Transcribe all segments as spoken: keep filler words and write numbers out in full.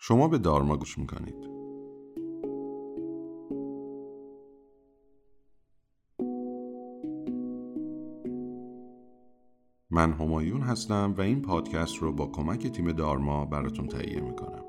شما به دارما گوش میکنید. من همایون هستم و این پادکست رو با کمک تیم دارما براتون تهیه میکنم.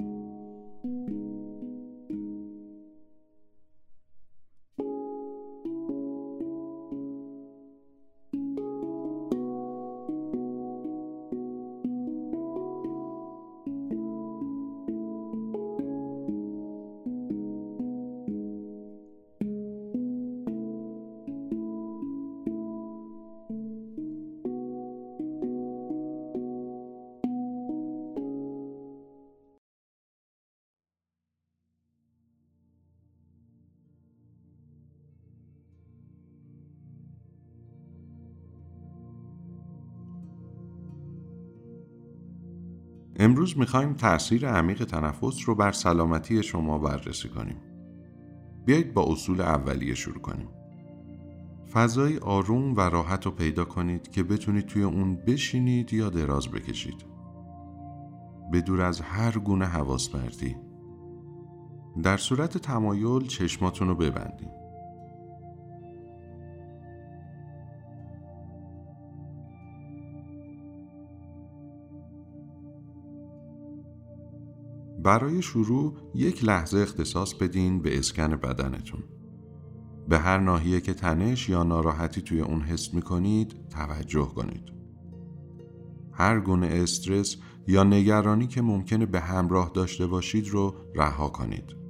امروز میخوایم تأثیر عمیق تنفس رو بر سلامتی شما بررسی کنیم. بیایید با اصول اولیه شروع کنیم. فضای آروم و راحت رو پیدا کنید که بتونید توی اون بشینید یا دراز بکشید. بدور از هر گونه حواس پرتی. در صورت تمایل چشماتون رو ببندید. برای شروع یک لحظه اختصاص بدین به اسکن بدنتون. به هر ناحیه که تنش یا ناراحتی توی اون حس می‌کنید توجه کنید. هر گونه استرس یا نگرانی که ممکنه به همراه داشته باشید رو رها کنید.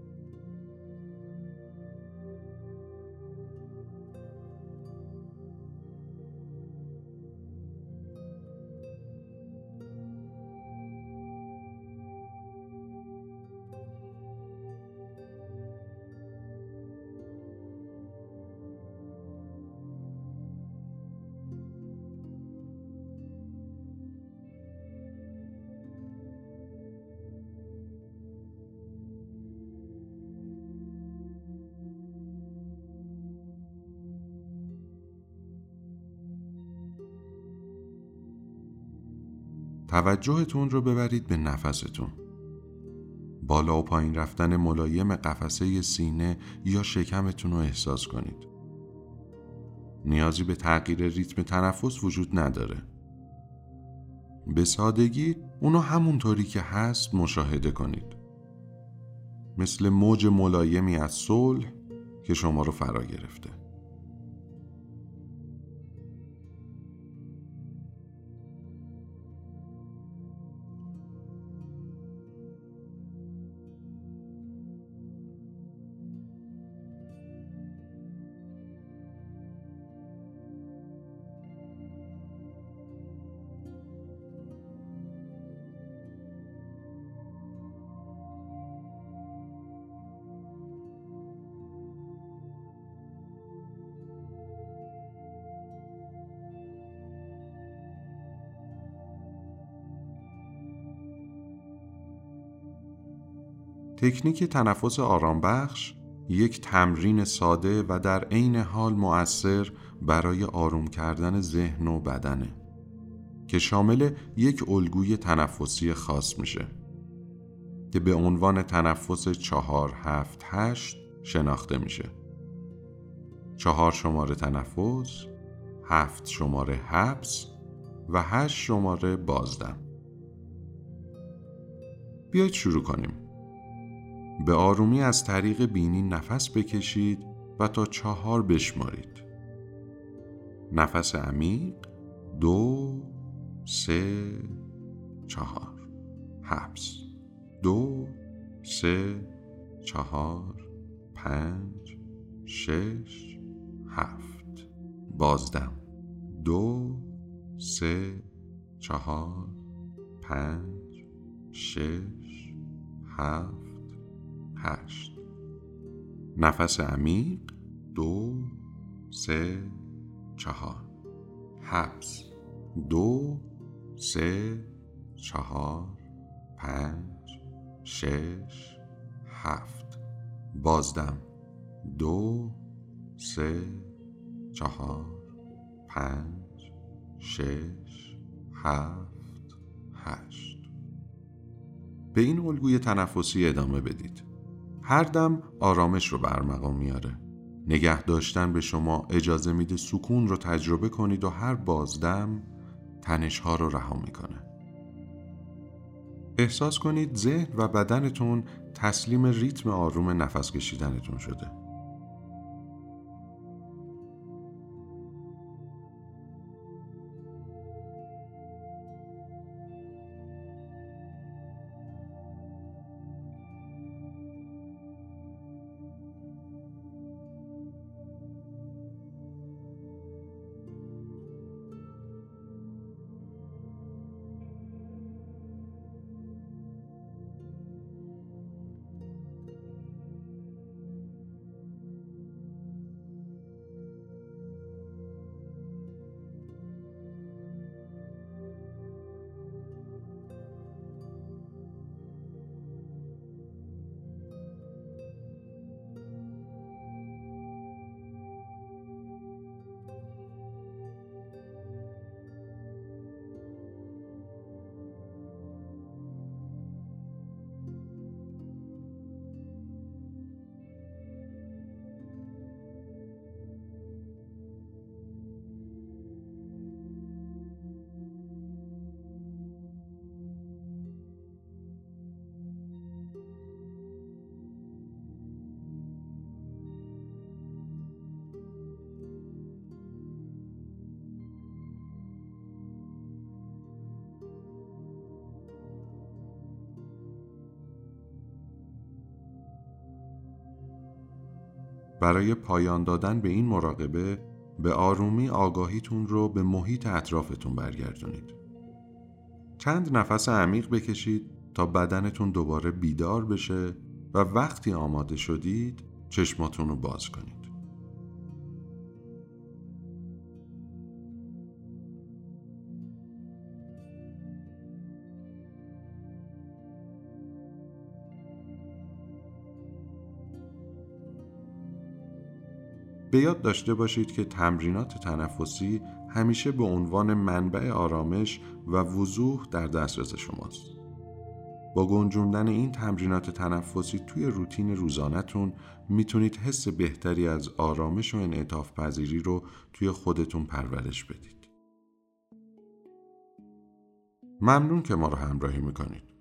توجهتون رو ببرید به نفستون. بالا و پایین رفتن ملایم قفسه سینه یا شکمتون رو احساس کنید. نیازی به تغییر ریتم تنفس وجود نداره. به سادگی اونو همونطوری که هست مشاهده کنید. مثل موج ملایمی از صلح که شما رو فرا گرفته. تکنیک تنفس آرامبخش یک تمرین ساده و در عین حال مؤثر برای آروم کردن ذهن و بدنه که شامل یک الگوی تنفسی خاص میشه که به عنوان تنفس چهار هفت هشت شناخته میشه. چهار شماره تنفس، هفت شماره حبس و هشت شماره بازدم. بیایید شروع کنیم. به آرومی از طریق بینی نفس بکشید و تا چهار بشمارید. نفس عمیق، دو، سه، چهار. حبس، دو، سه، چهار، پنج، شش، هفت. بازدم، دو، سه، چهار، پنج، شش، هفت، هشت. نفس عمیق، دو، سه، چهار. حبس، دو، سه، چهار، پنج، شش، هفت. بازدم، دو، سه، چهار، پنج، شش، هفت، هشت. به این الگوی تنفسی ادامه بدید. هر دم آرامش رو برمقام میاره. نگه داشتن به شما اجازه میده سکون رو تجربه کنید و هر بازدم تنش‌ها رو رها میکنه. احساس کنید ذهن و بدنتون تسلیم ریتم آروم نفس کشیدنتون شده. برای پایان دادن به این مراقبه، به آرومی آگاهیتون رو به محیط اطرافتون برگردونید. چند نفس عمیق بکشید تا بدنتون دوباره بیدار بشه و وقتی آماده شدید چشماتون رو باز کنید. به یاد داشته باشید که تمرینات تنفسی همیشه به عنوان منبع آرامش و وضوح در دسترس شماست. با گنجوندن این تمرینات تنفسی توی روتین روزانه‌تون میتونید حس بهتری از آرامش و انعطاف پذیری رو توی خودتون پرورش بدید. ممنون که ما رو همراهی میکنید.